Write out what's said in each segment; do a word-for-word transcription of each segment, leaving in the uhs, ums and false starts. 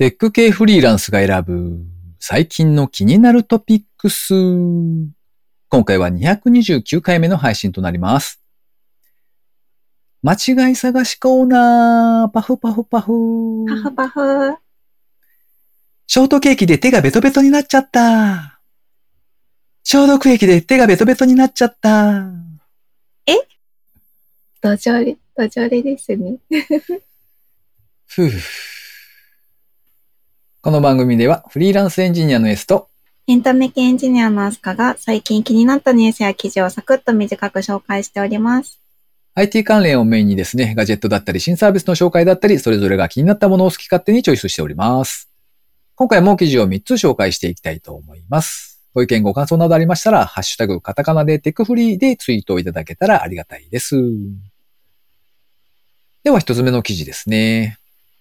テック系フリーランスが選ぶ最近の気になるトピックス。今回はにひゃくにじゅうきゅうかいめの配信となります。間違い探しコーナー。パフパフパフ。 パフパフ。 ショートケーキで手がベトベトになっちゃった。消毒液で手がベトベトになっちゃった。 え？ダジャレ、ダジャレですね。 ふぅ。この番組ではフリーランスエンジニアの S とエンタメ系エンジニアのアスカが最近気になったニュースや記事をサクッと短く紹介しております。 アイティー 関連をメインにですね、ガジェットだったり新サービスの紹介だったり、それぞれが気になったものを好き勝手にチョイスしております。今回も記事をみっつ紹介していきたいと思います。ご意見ご感想などありましたら、ハッシュタグカタカナでテクフリーでツイートをいただけたらありがたいです。では一つ目の記事ですね。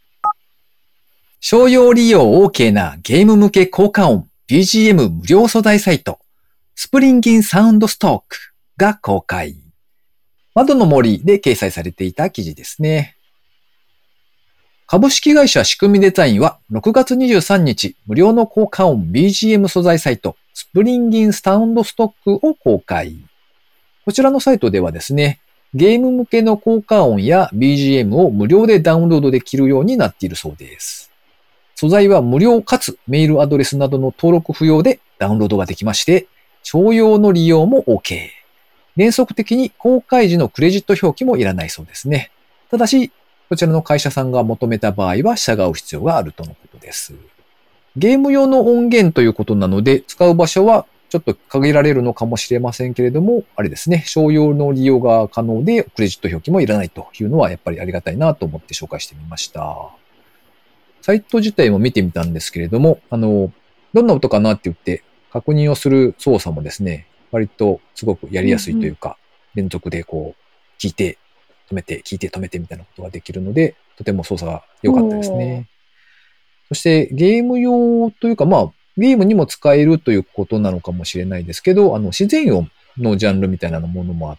商用利用 OK なゲーム向け効果音 ビージーエム 無料素材サイトスプリンギンサウンドストックが公開。窓の森で掲載されていた記事ですね。株式会社仕組みデザインはろくがつにじゅうさんにち無料の効果音 ビージーエム 素材サイトスプリンギンサウンドストックを公開。こちらのサイトではですね、ゲーム向けの効果音や ビージーエム を無料でダウンロードできるようになっているそうです。素材は無料かつメールアドレスなどの登録不要でダウンロードができまして、商用の利用も OK。原則的に公開時のクレジット表記もいらないそうですね。ただし、こちらの会社さんが求めた場合は従う必要があるとのことです。ゲーム用の音源ということなので、使う場所はちょっと限られるのかもしれませんけれども、あれですね、商用の利用が可能でクレジット表記もいらないというのはやっぱりありがたいなと思って紹介してみました。サイト自体も見てみたんですけれども、あの、どんな音かなって言って確認をする操作もですね、割とすごくやりやすいというか、うんうん、連続でこう、聞いて、止めて、聞いて、止めてみたいなことができるので、とても操作が良かったですね。そしてゲーム用というか、まあ、ゲームにも使えるということなのかもしれないですけど、あの、自然音のジャンルみたいなものもあって、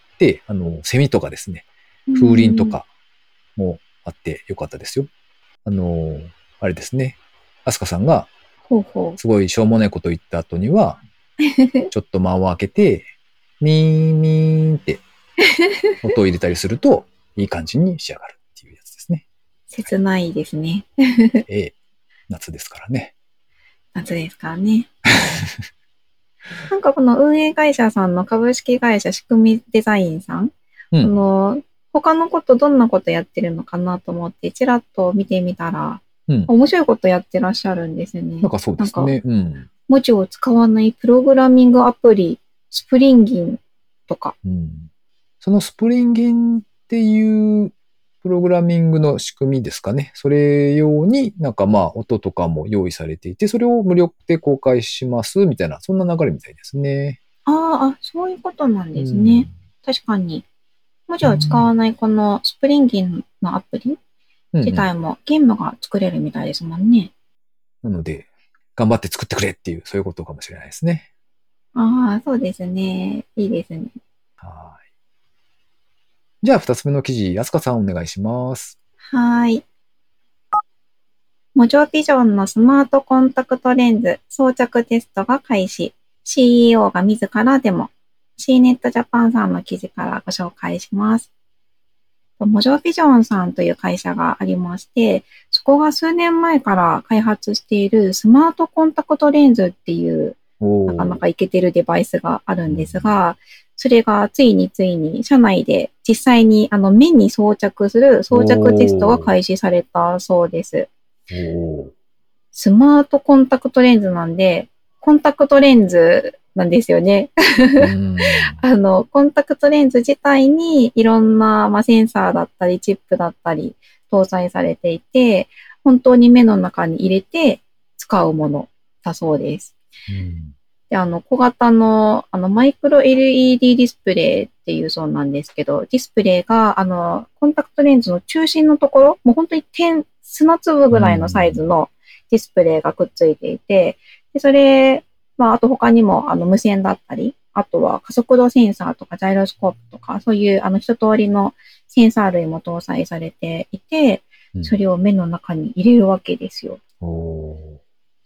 あの、セミとかですね、風鈴とかもあって良かったですよ。あの、あれですね。アスカさんが、すごいしょうもないこと言った後には、ちょっと間を空けて、ミーンミーンって音を入れたりすると、いい感じに仕上がるっていうやつですね。 切ないですね。 ええ、夏ですからね。 夏ですからね。なんかこの運営会社さんの株式会社仕組みデザインさん、うん、あの他のことどんなことやってるのかなと思ってちらっと見てみたら、うん、面白いことやってらっしゃるんですよね。 なんかそうですね。うん、 文字を使わないプログラミングアプリ、スプリンギンとか。 うん、そのスプリンギンっていうプログラミングの仕組みですかね。それ用になんかまあ音とかも用意されていて、それを無料で公開しますみたいな、そんな流れみたいですね。 ああ、そういうことなんですね。うん、確かに。文字を使わないこのスプリンギンのアプリ自体もゲームが作れるみたいですもんね。 なので、頑張って作ってくれっていう、そういうことかもしれないですね。 ああ、そうですね。いいですね。 はい。じゃあ、二つ目の記事、あすかさんお願いします。 はい。モジョビジョンのスマートコンタクトレンズ装着テストが開始。シーイーオー が自らデモ。シーネットジャパンさんの記事からご紹介します。モジョビジョンさんという会社がありまして、そこが数年前から開発しているスマートコンタクトレンズっていう、なかなかイケてるデバイスがあるんですが、それがついについに社内で実際にあの目に装着する装着テストが開始されたそうです。スマートコンタクトレンズなんで、コンタクトレンズなんですよね。あの、コンタクトレンズ自体にいろんな、まあ、センサーだったり、チップだったり搭載されていて、本当に目の中に入れて使うものだそうです。うん、で、あの、小型の、あの、マイクロ エルイーディー ディスプレイっていうそうなんですけど、ディスプレイが、あの、コンタクトレンズの中心のところ、もう本当に点、砂粒ぐらいのサイズのディスプレイがくっついていて、でそれ、まあ、あと他にも、あの、無線だったり、あとは加速度センサーとかジャイロスコープとか、そういう、あの、一通りのセンサー類も搭載されていて、それを目の中に入れるわけですよ。 うん、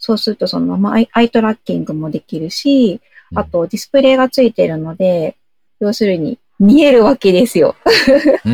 そうするとその、まあ、アイアイトラッキングもできるし、あとディスプレイがついてるので、要するに見えるわけですよ。 うん。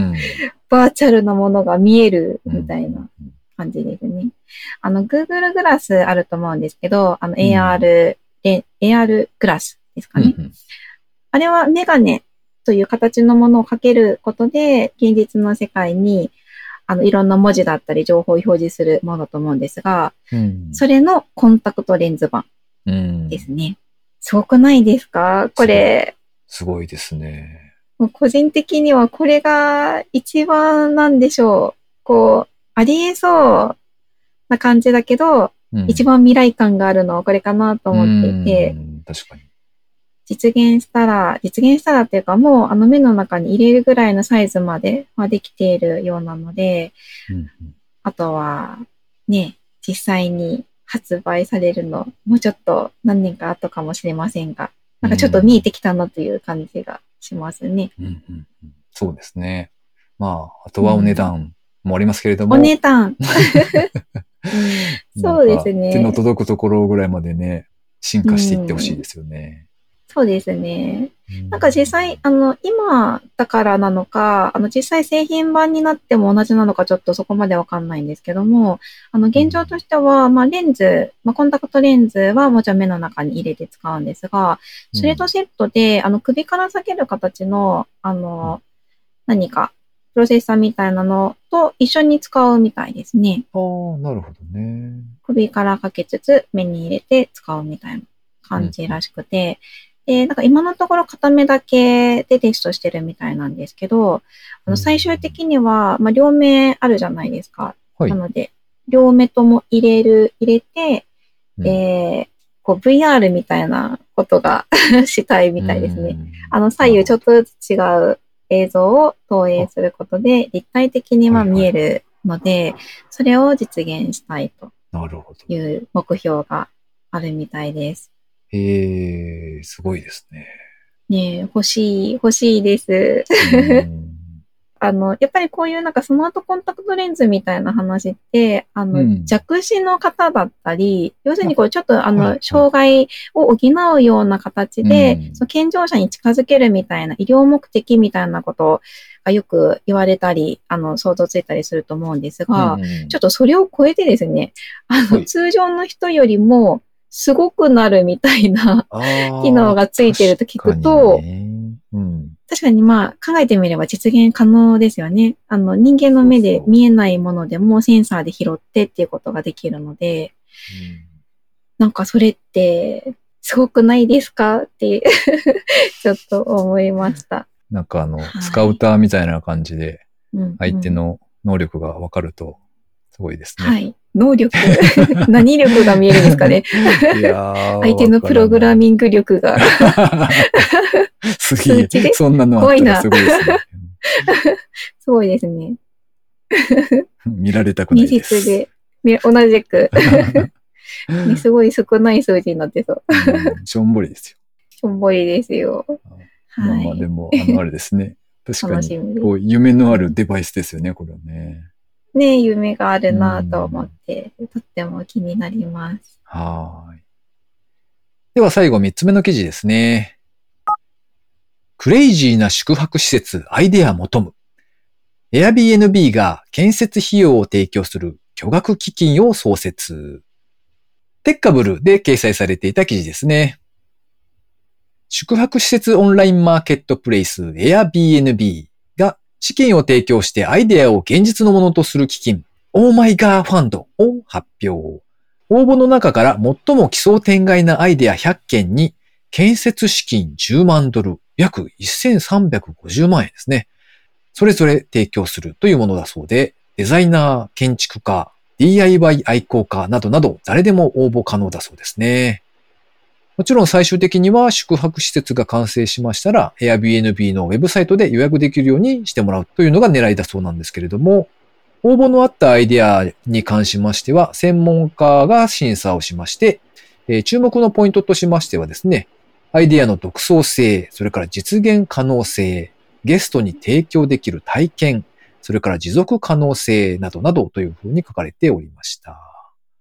バーチャルなものが見えるみたいな感じですね。あの、Google グラスあると思うんですけど、あの エーアール、うん、エーアール グラスですかね。うんうん、あれはメガネという形のものをかけることで、現実の世界にあのいろんな文字だったり情報を表示するものだと思うんですが、うん、それのコンタクトレンズ版ですね。うん、すごくないですかこれ。 すごいですね。 もう個人的にはこれが一番なんでしょう。こう、ありえそうな感じだけど、うん、一番未来感があるのはこれかなと思っていて。 確かに。 実現したら、実現したらっていうかもうあの目の中に入れるぐらいのサイズまではできているようなので、うんうん、あとはね、実際に発売されるの、もうちょっと何年か後かもしれませんが、なんかちょっと見えてきたなという感じがしますね。 うんうんうん、そうですね。まあ、あとはお値段もありますけれども。 うん、お値段そうですね。 手の届くところぐらいまでね、進化していってほしいですよね。 うんそうですね。なんか実際、あの、今だからなのか、あの、実際製品版になっても同じなのかちょっとそこまでわかんないんですけども、あの、現状としては、まあ、レンズ、まあ、コンタクトレンズはもちろん目の中に入れて使うんですが、それとセットで、あの、首から下げる形の、あの、何か、プロセッサーみたいなのと一緒に使うみたいですね。 ああ、なるほどね。 首からかけつつ、目に入れて使うみたいな感じらしくて、で、なんか今のところ片目だけでテストしてるみたいなんですけど、あの最終的には、まあ、両目あるじゃないですか。はい、なので、両目とも入れる、入れて、うん、えー、こう ブイアール みたいなことがしたいみたいですね。あの左右ちょっとずつ違う映像を投影することで立体的には見えるので、はいはい、それを実現したいという目標があるみたいです。 へえ、すごいですね。 ねえ、欲しい、欲しいです。あの、やっぱりこういうなんかスマートコンタクトレンズみたいな話って、あの、うん、弱視の方だったり、要するにこうちょっとあの、はい、障害を補うような形で、うん、その健常者に近づけるみたいな医療目的みたいなことがよく言われたり、あの、想像ついたりすると思うんですが、うん、ちょっとそれを超えてですね、あの、はい、通常の人よりも、すごくなるみたいな機能がついてると聞くと、うん、確かにまあ考えてみれば実現可能ですよね。あの人間の目で見えないものでもセンサーで拾ってっていうことができるので、うん、なんかそれってすごくないですかってちょっと思いました。 なんかあの、はい、スカウターみたいな感じで相手の能力がわかるとすごいですね。 はい。能力何力が見えるんですかねいや相手のプログラミング力がすげえ。そんなのあったらすごいですね。 すごいですね。 見られたくないです。 二実で、同じく、ね。すごい少ない数字になってそう。 うん、しょんぼりですよ。 しょんぼりですよ。 まあまあでも、あの、あれですね。確かに、こう、夢のあるデバイスですよね、これはね。 ね、夢があるなと思って、とっても気になります。 はい。では最後みっつめの記事ですね。クレイジーな宿泊施設アイデア求む。Airbnb が建設費用を提供する巨額基金を創設。テッカブルで掲載されていた記事ですね。宿泊施設オンラインマーケットプレイス Airbnb が資金を提供してアイデアを現実のものとする基金 Oh My God Fund を発表。応募の中から最も奇想天外なアイデアひゃっけんに建設資金じゅうまんドル、約せんさんびゃくごじゅうまんえんですね。それぞれ提供するというものだそうで、デザイナー、建築家、ディーアイワイ 愛好家などなど誰でも応募可能だそうですね。もちろん最終的には宿泊施設が完成しましたら Airbnb のウェブサイトで予約できるようにしてもらうというのが狙いだそうなんですけれども、応募のあったアイデアに関しましては専門家が審査をしまして、えー、注目のポイントとしましてはですね、アイデアの独創性、それから実現可能性、ゲストに提供できる体験、それから持続可能性などなどというふうに書かれておりました。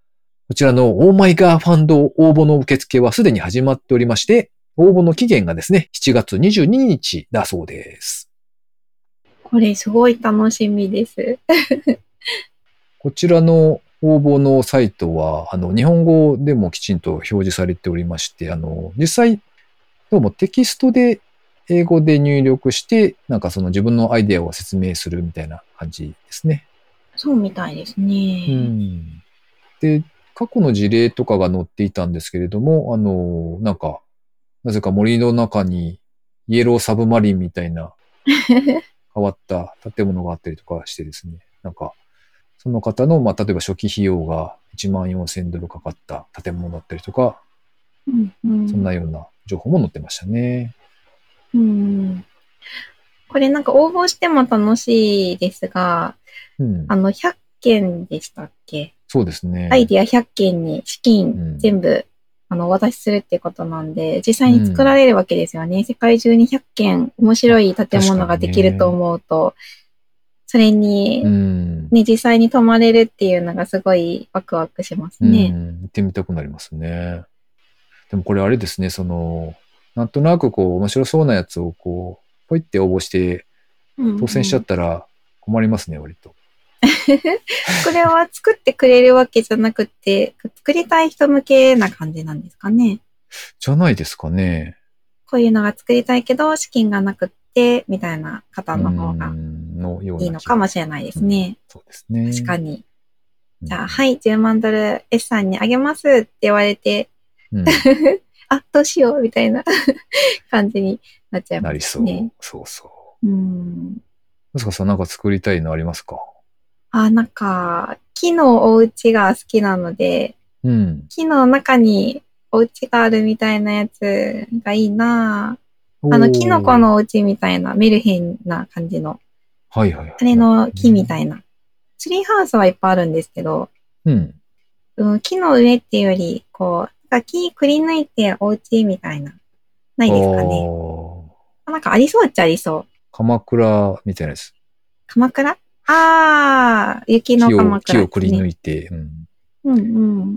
こちらのオーマイガーファンド応募の受付はすでに始まっておりまして、応募の期限がですね、しちがつにじゅうににちだそうです。 これすごい楽しみです。 こちらの応募のサイトは、あの、日本語でもきちんと表示されておりまして、あの、実際、どうもテキストで英語で入力して、なんかその自分のアイデアを説明するみたいな感じですね。 そうみたいですね。 うん。で、過去の事例とかが載っていたんですけれども、あの、なんか、なぜか森の中にイエローサブマリンみたいな変わった建物があったりとかしてですね、なんか、その方の、まあ、例えば初期費用がいちまんよんせんドルかかった建物だったりとか、 うんうん、 そんなような情報も載ってましたね。 うん、これなんか応募しても楽しいですが、 うん、 あの、ひゃっけんでしたっけ？ そうですね。 アイディアひゃっけんに資金全部、うん、あの、お渡しするってことなんで、実際に作られるわけですよね。うん、世界中にひゃっけん面白い建物ができると思うと、それに、うん、ね、実際に泊まれるっていうのがすごいワクワクしますね。 うん、行ってみたくなりますね。でもこれあれですね、その、なんとなくこう、面白そうなやつをこう、ポイって応募して、当選しちゃったら困りますね、うんうん、割と。 これは作ってくれるわけじゃなくて、作りたい人向けな感じなんですかね。 じゃないですかね。 こういうのが作りたいけど、資金がなくって、みたいな方の方がいいのかもしれないですね。うん、 そうですね。 確かに。じゃあ、うん、はい、じゅうまんドル S さんにあげますって言われて、うん、あ、どうしようみたいな感じになっちゃいますね。なりそう。 そうそう。 うん。 もしかさんなんか作りたいのありますか？ あ、なんか、木のお家が好きなので、うん、木の中にお家があるみたいなやつがいいなぁ。あの、キノコのお家みたいな、メルヘンな感じの。 はいはいはい。 あれの木みたいな。ツリーハウスはいっぱいあるんですけど、うん。うん、木の上っていうより、こう、木くり抜いてお家みたいな。ないですかね。なんかありそうっちゃありそう。 鎌倉みたいなやつ。 鎌倉？ああ、雪の鎌倉、 ね、木をくり抜いて、うん。 うんうん。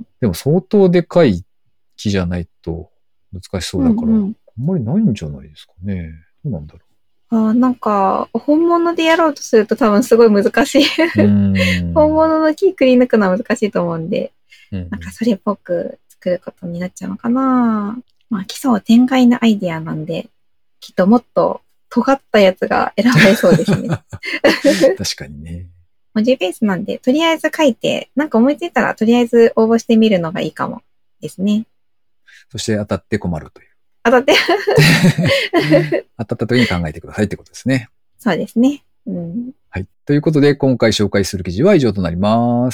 でも相当でかい木じゃないと難しそうだから、うんうん、あんまりないんじゃないですかね。どうなんだろう。あ、なんか、本物でやろうとすると多分すごい難しい。本物の木くり抜くのは難しいと思うんで、うんうん、なんかそれっぽく作ることになっちゃうのかな。まあ、奇想天外なアイディアなんで、きっともっと尖ったやつが選ばれそうですね。 確かにね。 文字ベースなんで、とりあえず書いて、なんか思いついたらとりあえず応募してみるのがいいかもですね。 そして当たって困るという。 当たって当たった時に考えてくださいってことですね。 そうですね。うん、 はい。ということで、今回紹介する記事は以上となります。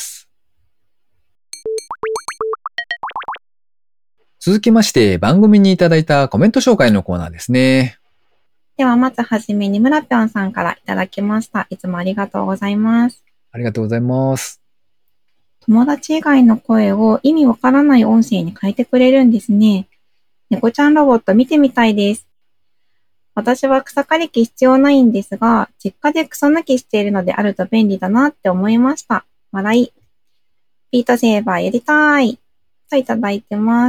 続きまして、番組にいただいたコメント紹介のコーナーですね。 では、まずはじめに、村ぴょんさんからいただきました。いつもありがとうございます。 ありがとうございます。 友達以外の声を意味わからない音声に変えてくれるんですね。猫ちゃんロボット見てみたいです。私は草刈り機必要ないんですが、実家で草抜きしているのであると便利だなって思いました。笑い。ビートセーバーやりたい。といただいてます。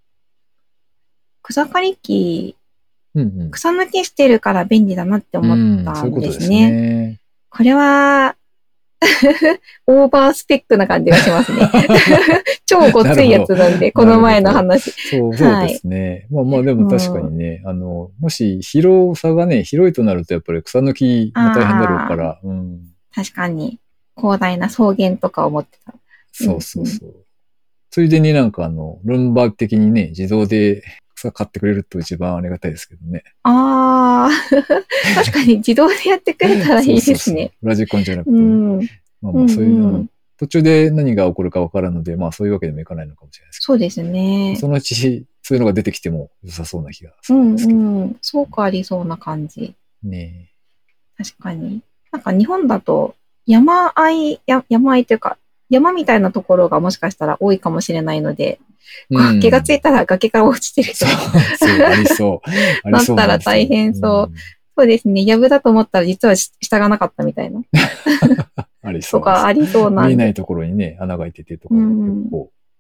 草刈り機、うんうん、草抜きしてるから便利だなって思ったんですね。うん、そういうことですね。これは、オーバースペックな感じがしますね。超ごついやつなんで、この前の話。 そう、そうですね。はい、まあまあでも確かにね、うん、あの、もし広さがね、広いとなるとやっぱり草抜きも大変だろうから。うん、 確かに、広大な草原とかを持ってた。 そうそうそう。うんうん、ついでになんかあの、ルンバ的にね、自動で草買ってくれると一番ありがたいですけどね。 ああ、確かに自動でやってくれたらいいですね。そうそうそう、 ラジコンじゃなくて、ね、うん、まあまあそういうの、うんうん、途中で何が起こるかわからんので、まあそういうわけでもいかないのかもしれないですけど。 そうですね。 そのうちそういうのが出てきても良さそうな気がするんですけど。うんうん、 そうかありそうな感じ。 ねえ。確かに。なんか日本だと山あい、や山あいというか、山みたいなところがもしかしたら多いかもしれないので、うん、気がついたら崖から落ちてる人が、 そう、ありそう。ありそうなったら大変そう。うん、そうですね。やぶだと思ったら実は下がなかったみたいな。 ありそう。 とかありそうなんで。 見えないところにね、穴が開いててとか、結構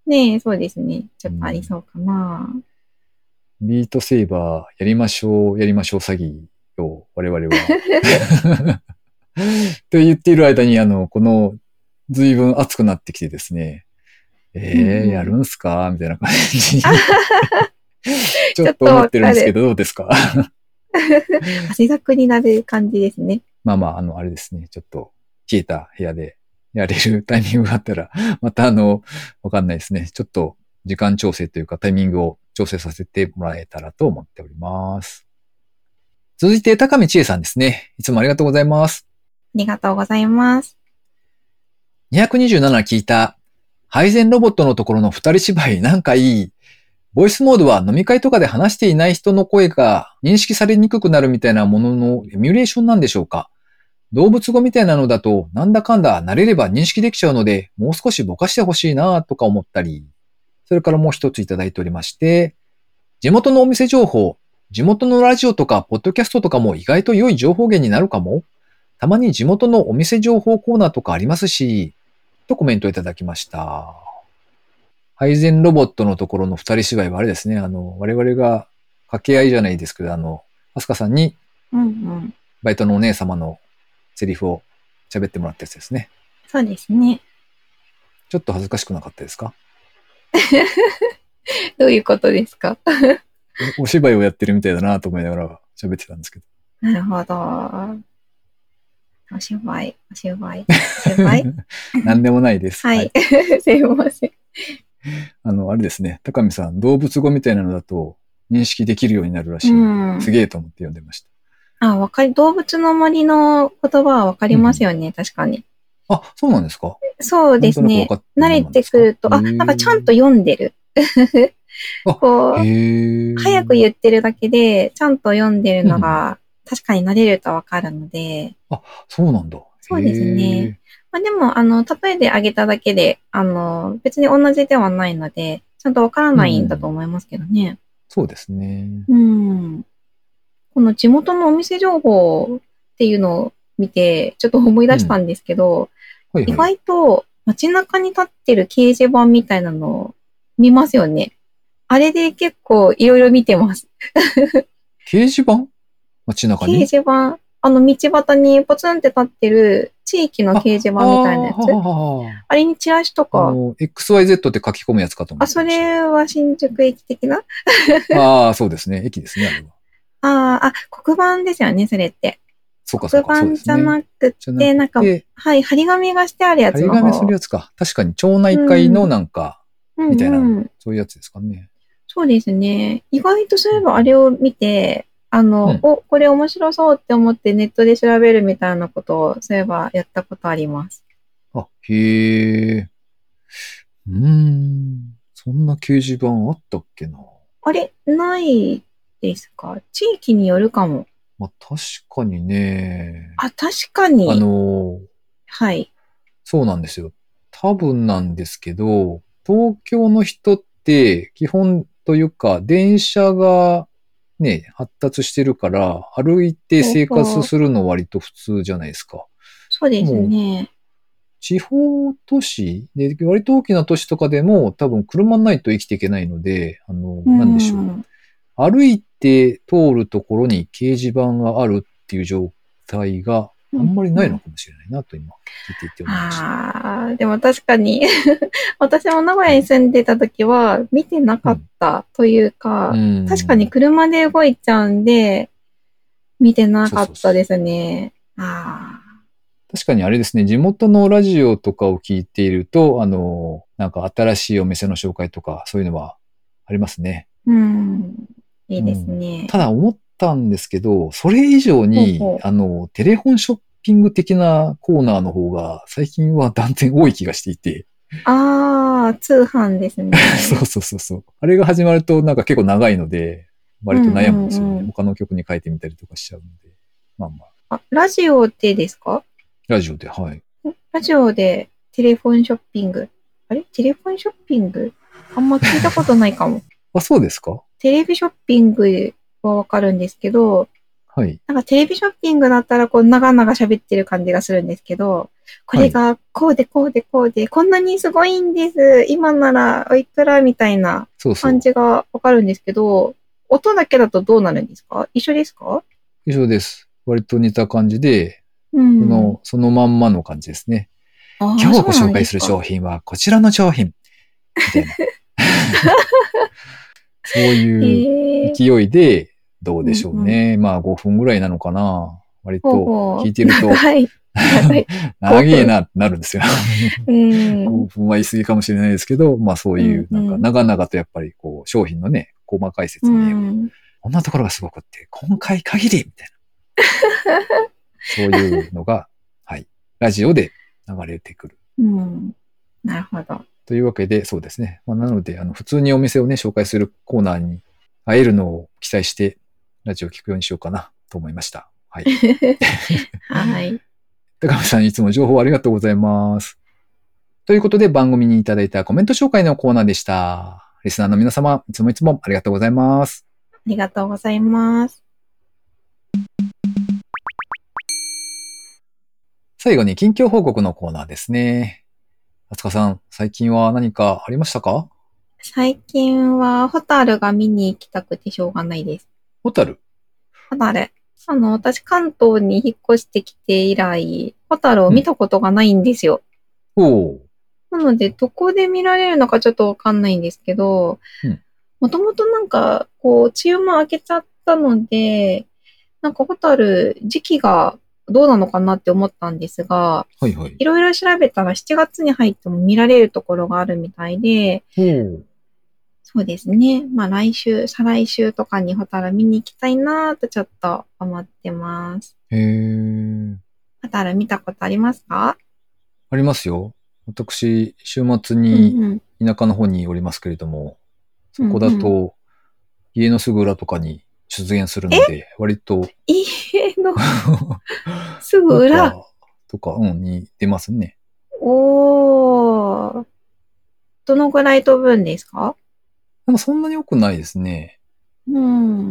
ねえ、そうですね。ちょっとありそうかな。 ビートセイバーやりましょう、やりましょう詐欺を我々は。と言っている間に、あの、この、随分熱くなってきてですね、えー、 うんうんやるんすかみたいな感じにちょっとちょっとわ思ってるんかる。 ですけど、どうですか？ 汗だくになる感じですね。 まあまあ、あの、あれですね、ちょっと、冷えた部屋でやれるタイミングがあったら、またあの、わかんないですね。ちょっと、時間調整というかタイミングを調整させてもらえたらと思っております。続いて、高見千恵さんですね。いつもありがとうございます。 ありがとうございます。 にひゃくにじゅうなな聞いた、配膳ロボットのところの二人芝居なんかいい。ボイスモードは飲み会とかで話していない人の声が認識されにくくなるみたいなもののエミュレーションなんでしょうか？動物語みたいなのだと、なんだかんだ慣れれば認識できちゃうので、もう少しぼかしてほしいなとか思ったり、それからもう一ついただいておりまして、地元のお店情報、地元のラジオとかポッドキャストとかも意外と良い情報源になるかも。たまに地元のお店情報コーナーとかありますし、とコメントいただきました。配膳ロボットのところの二人芝居はあれですね、あの、我々が掛け合いじゃないですけど、あの、アスカさんに、 うんうん。 バイトのお姉様のセリフを喋ってもらったやつですね。 そうですね。 ちょっと恥ずかしくなかったですか？ どういうことですか？ お、お芝居をやってるみたいだなと思いながら喋ってたんですけど。 なるほど。お芝居、お芝居、お芝居なんでもないです。 はい。すいません。 あの、あれですね。高見さん、動物語みたいなのだと認識できるようになるらしい。 うんすげえと思って読んでました。 あ、わかり、動物の森の言葉はわかりますよね、確かに。 あ、そうなんですか？ そうですね。慣れてくると、あ、なんかちゃんと読んでる。 あ、 こう、 へ早く言ってるだけで、ちゃんと読んでるのが、確かに慣れるとわかるので。 あ、そうなんだ。 そうですね。まあでも、あの、例えであげただけで、あの、別に同じではないので、ちゃんとわからないんだと思いますけどね。 そうですね。 うん。この地元のお店情報っていうのを見て、ちょっと思い出したんですけど、 うんはいはい、 意外と街中に立ってる掲示板みたいなのを見ますよね。あれで結構いろいろ見てます。 掲示板？街中に？ 掲示板、あの道端にポツンって立ってる地域の掲示板みたいなやつ。あ, あれにチラシとか。 あの、エックスワイゼット って書き込むやつかと思ってました。 あ、それは新宿駅的なああ、そうですね。駅ですね、あれは。 ああ、黒板ですよね、それって。 そうか、そうか。 黒板じゃなくて、ね、なんか、はい、張り紙がしてあるやつの方。 張り紙するやつか。確かに町内会のなんか、うん、みたいな、うんうん、そういうやつですかね。 そうですね。意外とそういえばあれを見て、あの、うん、お、これ面白そうって思ってネットで調べるみたいなことを、そういえばやったことあります。 あ、へえ。うーん。そんな掲示板あったっけな。 あれ、ないですか？地域によるかも。 まあ、確かにね。 あ、確かに。 あの、 はい。 そうなんですよ。多分なんですけど、東京の人って基本というか、電車がね、発達してるから、歩いて生活するの割と普通じゃないですか。 そうですね。 地方都市で、割と大きな都市とかでも多分車ないと生きていけないので、あの、なんでしょう。歩いて通るところに掲示板があるっていう状態があんまりないのかもしれないなと今聞いていて思いました。 ああ、でも確かに私も名古屋に住んでた時は見てなかったというか、うん、確かに車で動いちゃうんで見てなかったですね。そうそうそうあ確かにあれですね、地元のラジオとかを聞いていると、あの、なんか新しいお店の紹介とかそういうのはありますね。 うん、いいですね。うん、 ただ思ったんですけど、それ以上に、ほうほうあの、テレフォンショッピング的なコーナーの方が最近は断然多い気がしていて。 ああ、通販ですね。 そうそうそうそう。あれが始まるとなんか結構長いので、割と悩むんですよね。うんうんうん、他の曲に変えてみたりとかしちゃうので。まあまあ。 あ、ラジオでですか？ ラジオで、はい。 ラジオでテレフォンショッピング。あれテレフォンショッピングあんま聞いたことないかも。 あ、そうですか？ テレビショッピングはわかるんですけど、 はい。 なんかテレビショッピングだったらこう長々喋ってる感じがするんですけど、 これがこうでこうでこうで、こんなにすごいんです。今ならおいくらみたいなそうそう。 感じがわかるんですけど、音だけだとどうなるんですか？一緒ですか？ 以上です。割と似た感じで、 うん。 この、そのまんまの感じですね。 あー今日ご紹介するそうなん商品はこちらの商品。みたいな。そういうですか？へー。 勢いで、どうでしょううんうん。 ね。まあごふんぐらいなのかな。割ほうとほう。 聞いてると、 長い。長い。 長えなってなるんですよ。 うん。 ごふんは言い過ぎかもしれないですけど、まあそういう、なんかうんうん。 長々とやっぱりこう、商品のね、細かいう説明を、 ん。 こんなところがすごくって、今回限りみたいな。そういうのが、はい。ラジオで流れてくる。 うん。なるほど。 というわけで、そうですね。まあ、なので、あの、普通にお店をね、紹介するコーナーに会えるのを期待して、ラジオを聞くようにしようかなと思いました。はい。 はい。 高見さん、いつも情報ありがとうございます。ということで、番組にいただいたコメント紹介のコーナーでした。リスナーの皆様、いつもいつもありがとうございます。 ありがとうございます。 最後に近況報告のコーナーですね。あつかさん、最近は何かありましたか？ 最近は、ホタルが見に行きたくてしょうがないです。 ホタル。 ホタル。あの、私、関東に引っ越してきて以来、ホタルを見たことがないんですよ。 おー。 なので、どこで見られるのかちょっとわかんないんですけど、 うんもともとなんか、こう、梅雨も明けちゃったので、なんかホタル、時期がどうなのかなって思ったんですが、 はいはい。 いろいろ調べたらしちがつに入っても見られるところがあるみたいで、 おー。 そうですね。まあ来週、再来週とかにホタル見に行きたいなとちょっと思ってます。 へー。 ホタル見たことありますか？ ありますよ。私、週末うんにうん。 田舎の方におりますけれども、そこだうんうん、 と家のすぐ裏とかに出現するので、割と家のすぐ裏。 中とか、うん、に出ますね。 おー。どのぐらい飛ぶんですか？ でもそんなに多くないですね。 うん。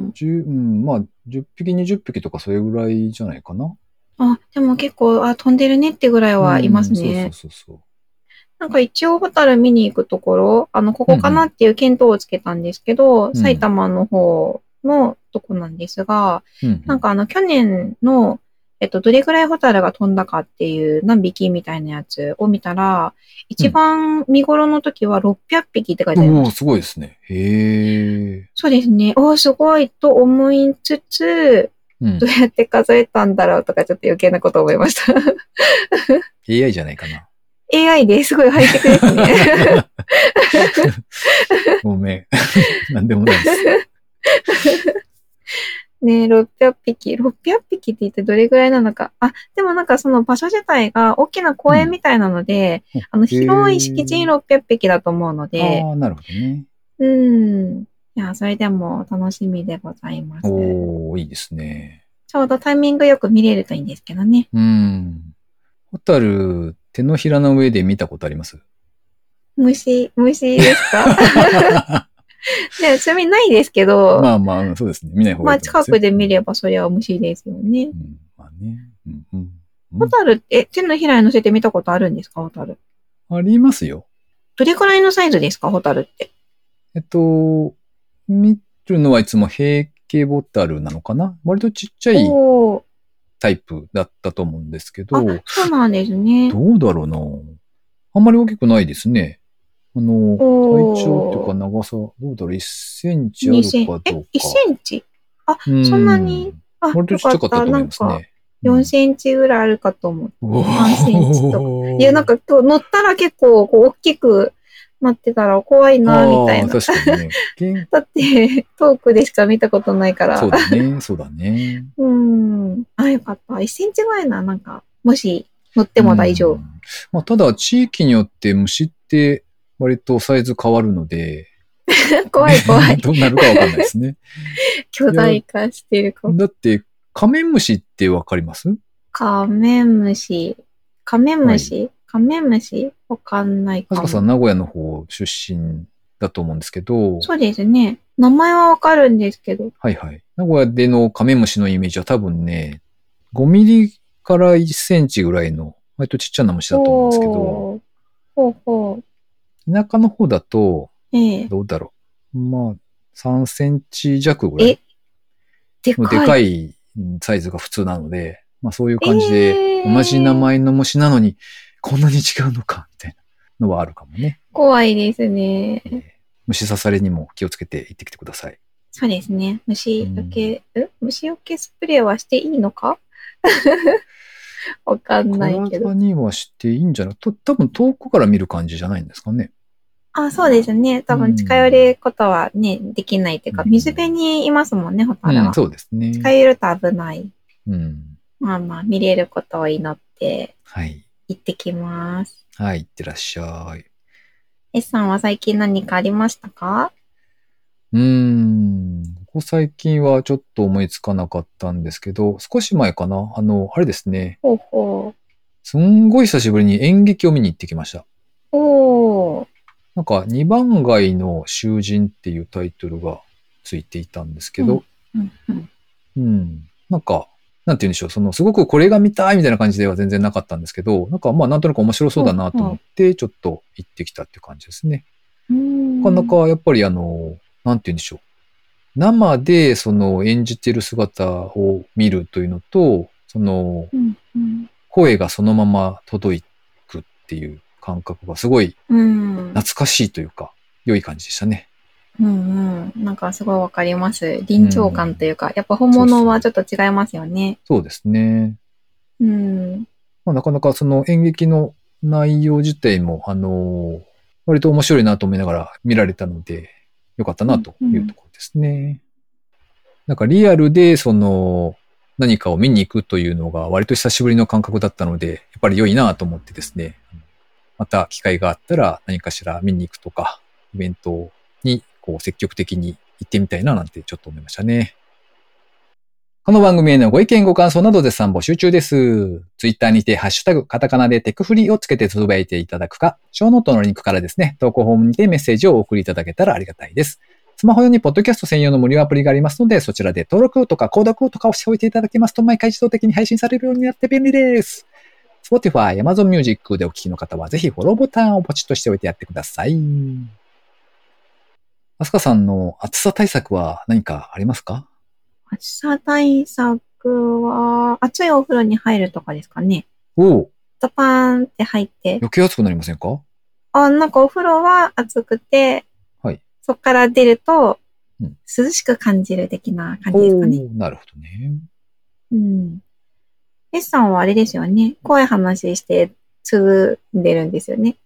じゅう、うん、まあ、じゅっぴき、にじゅっぴきとかそれぐらいじゃないかな。 あ、でも結構、あ、飛んでるねってぐらいはいますうん、そうそうね。 そうそう。 なんか一応ホタル見に行くところ、あの、ここかなっていう見当をつけたんですけど、 うん埼玉の方のとこなんですが、 うんうん、 なんかあの、去年の、えっと、どれぐらいホタルが飛んだかっていう何匹みたいなやつを見たら、一番見頃の時はろっぴゃくぴきって書いてありまおー、 す。 すごいですね。へー。 そうですね。おー、すごいと思いつつ、 うん。 どうやって数えたんだろうとかちょっと余計なことを思いました。 エーアイ じゃないかな。 エーアイ ですごいハイテクですね。 ごめん。なんでもないです。 ねえ、ろっぴゃくぴき。ろっぴゃくぴきって言ってどれぐらいなのか。あ、でもなんかその場所自体が大きな公園みたいなので、 うん、 あの、広い敷地にろっぴゃくぴきだと思うので。 ああ、なるほどね。 うん。いや、それでも楽しみでございます。 おー、いいですね。 ちょうどタイミングよく見れるといいんですけどね。 うん。ホタル、手のひらの上で見たことあります？ 虫、虫ですか？ね、ちなみにないですけど。 まあまあ、そうですね。見ない方まあがいいと思いますよ。 近くで見ればそりゃ虫ですよね。 うん、まあね。うんうんうん、 ホタルって、手のひらに乗せて見たことあるんですか、ホタル。 ありますよ。 どれくらいのサイズですか、ホタルって。 えっと、見るのはいつも平景ボタルなのかな？割とちっちゃいタイプだったと思うんですけど。 あ、そうなんですね。 どうだろうな。あんまり大きくないですね。あの、体長っていうか長さ、どうだろう、いっセンチあるかどうか。 え、いっセンチ？あ、そんなに。あ、 割とちっちゃかったと思いますね。 よんセンチぐらいあるかと思って。さんセンチとか。いや、なんか今日乗ったら結構こう大きくなってたら怖いな、みたいな。 確かにね。 だって、遠くでしか見たことないから。 そうだね、そうだね。 うん。あ、よかった。いっセンチぐらいな、なんか、もし乗っても大丈夫。 まあ、ただ、地域によって虫って割とサイズ変わるので。 怖い怖い。 どうなるかわかんないですね。 巨大化してるか。 だって、カメムシってわかります？ カメムシ。カメムシ、はい、カメムシわかんないかも。 あずかさん、名古屋の方出身だと思うんですけど。 そうですね。名前はわかるんですけど。 はいはい。名古屋でのカメムシのイメージは多分ね、ごミリからいっセンチぐらいの、 割とちっちゃな虫だと思うんですけど、 おーほうほう。 田舎の方だと、 ええどうだろう。まあ、さんセンチ弱ぐらい。 え、でかい。 でかいサイズが普通なので、まあそういう感じえで、 ー同じ名前の虫なのに、こんなに違うのか、みたいなのはあるかもね。 怖いですね。 えー虫刺されにも気をつけて行ってきてください。 そうですね。虫除け、うん、虫除けスプレーはしていいのかわかんないけど。 体にはしていいんじゃないと、多分遠くから見る感じじゃないんですかね。 あ、そうですね。多分近寄ることはね、できないっていうか、 うん水辺にいますもんね、ホタルは。 うん、そうですね。 近寄ると危ない。 うん。 まあまあ、見れることを祈ってはい。 行ってきます。 はい、いってらっしゃい。 S さんは最近何かありましたか？ うーん。ここ最近はちょっと思いつかなかったんですけど、少し前かな。あの、あれですね。 ほうほすんごい久しぶりに演劇を見に行ってきました。 う。おー。 なんか、二番街の囚人っていうタイトルがついていたんですけど、 うんうんうん。なんか、なんて言うんでしょう。その、すごくこれが見たいみたいな感じでは全然なかったんですけど、なんかまあなんとなく面白そうだなと思って、ちょっと行ってきたっていう感じですね。 うんなかなかやっぱりあの、なんて言うんでしょう。生でその演じてる姿を見るというのと、その、 うんうん声がそのまま届くっていう感覚がすごいうん懐かしいというか、良い感じでしたね。 うんうん。なんかすごいわかります。臨場感というか、やっぱ本物はちょっと違いますよね。 そうですね。 うん。 まあ、なかなかその演劇の内容自体も、あのー割と面白いなと思いながら見られたので、よかったなというところですね。なんかリアルでその何かを見に行くというのが割と久しぶりの感覚だったので、やっぱり良いなと思ってですね、また機会があったら何かしら見に行くとか、イベントにこう積極的に行ってみたいななんてちょっと思いましたね。この番組へのご意見ご感想など絶賛募集中です。ツイッターにてハッシュタグカタカナでテクフリをつけてつぶやいていただくか、ショーノートのリンクからですね、投稿フォームにてメッセージをお送りいただけたらありがたいです。スマホ用にポッドキャスト専用の無料アプリがありますので、そちらで登録とか購読とかをしておいていただけますと毎回自動的に配信されるようになって便利です。Spotify、Amazon Music でお聞きの方はぜひフォローボタンをポチッとしておいてやってください。あすかさんの暑さ対策は何かありますか？ 暑さ対策は、暑いお風呂に入るとかですかね。 おお、 ドパーンって入って。 余計暑くなりませんか？ あ、なんかお風呂は暑くて、 はい。 そこから出るとうん涼しく感じる的な感じですかね。 おー、なるほどね。 うん。S さんはあれですよね。怖い話して積んでるんですよね。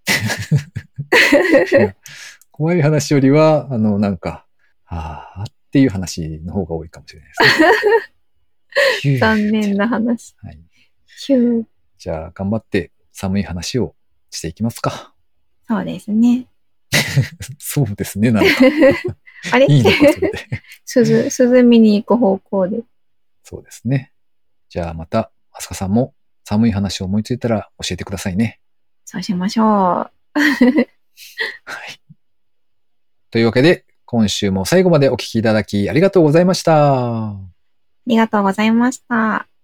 いや怖い話よりは、あの、なんか、あーっていう話の方が多いかもしれないですね。ヒュー残念な話。 はい。 ヒュー。 じゃあ、頑張って寒い話をしていきますか。 そうですね。 そうですね、なんか。 あれいいのか、それで。 鈴、鈴見に行く方向で。 そうですね。じゃあ、また、あすかさんも寒い話を思いついたら教えてくださいね。 そうしましょう。 はい。というわけで、今週も最後までお聞きいただきありがとうございました。 ありがとうございました。